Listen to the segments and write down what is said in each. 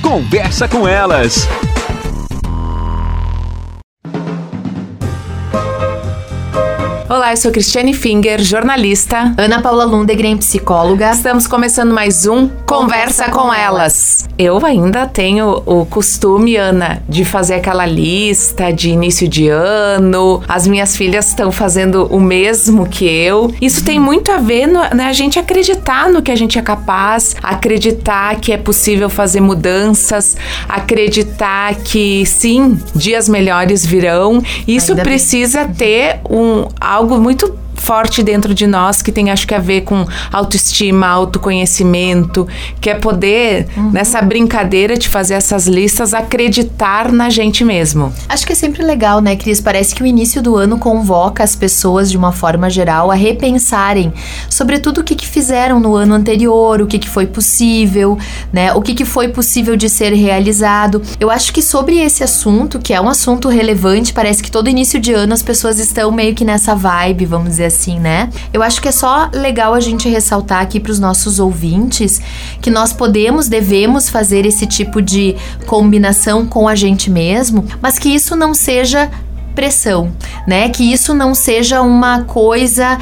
Conversa com Elas. Olá, eu sou Cristiane Finger, jornalista. Ana Paula Lundegren, psicóloga. Estamos começando mais um Conversa com Elas. Eu ainda tenho o costume, Ana, de fazer aquela lista de início de ano. As minhas filhas estão fazendo o mesmo que eu. Isso tem muito a ver a gente acreditar no que a gente é capaz, acreditar que é possível fazer mudanças, acreditar que sim, dias melhores virão. Isso precisa ter algo muito forte dentro de nós, que tem, acho que, a ver com autoestima, autoconhecimento, que é poder, nessa brincadeira de fazer essas listas, acreditar na gente mesmo. Acho que é sempre legal, né, Cris? Parece que o início do ano convoca as pessoas, de uma forma geral, a repensarem sobre tudo o que fizeram no ano anterior, o que foi possível, né, o que foi possível de ser realizado. Eu acho que sobre esse assunto, que é um assunto relevante, parece que todo início de ano as pessoas estão meio que nessa vibe, vamos dizer assim, né? Eu acho que é só legal a gente ressaltar aqui para os nossos ouvintes que nós devemos fazer esse tipo de combinação com a gente mesmo, mas que isso não seja pressão, né? Que isso não seja uma coisa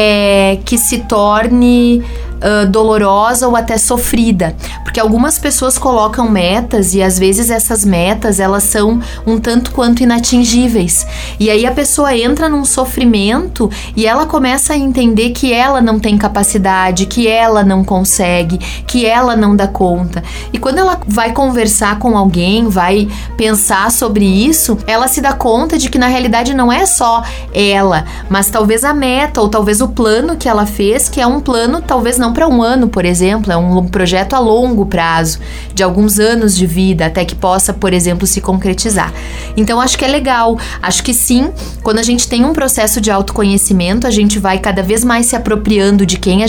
que se torne dolorosa ou até sofrida, porque algumas pessoas colocam metas e às vezes essas metas elas são um tanto quanto inatingíveis, e aí a pessoa entra num sofrimento e ela começa a entender que ela não tem capacidade, que ela não consegue, que ela não dá conta, e quando ela vai conversar com alguém, vai pensar sobre isso, ela se dá conta de que na realidade não é só ela, mas talvez a meta ou talvez o plano que ela fez, que é um plano talvez não para um ano, por exemplo, é um projeto a longo prazo, de alguns anos de vida, até que possa, por exemplo, se concretizar. Então, acho que é legal. Acho que sim, quando a gente tem um processo de autoconhecimento, a gente vai cada vez mais se apropriando de quem a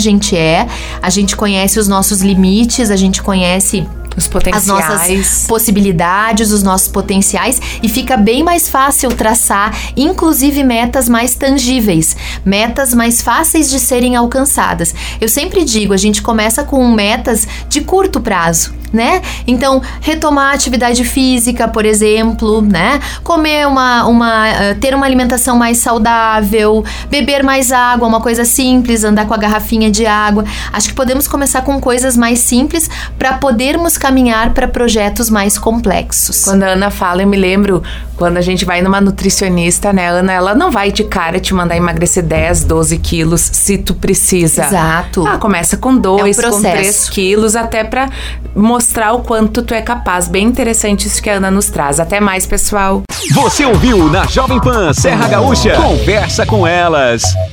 gente conhece os nossos limites, a gente conhece os potenciais, as nossas possibilidades, os nossos potenciais, e fica bem mais fácil traçar, inclusive, metas mais tangíveis, metas mais fáceis de serem alcançadas. Eu sempre digo, a gente começa com metas de curto prazo, né? Então, retomar a atividade física, por exemplo, né? Comer ter uma alimentação mais saudável, beber mais água, uma coisa simples, andar com a garrafinha de água. Acho que podemos começar com coisas mais simples para podermos caminhar para projetos mais complexos. Quando a Ana fala, eu me lembro quando a gente vai numa nutricionista, né, Ana? Ela não vai de cara te mandar emagrecer 10, 12 quilos se tu precisa. Exato. Ela começa com 2, com 3 quilos, até para mostrar o quanto tu é capaz. Bem interessante isso que a Ana nos traz. Até mais, pessoal. Você ouviu na Jovem Pan Serra Gaúcha? Conversa com Elas.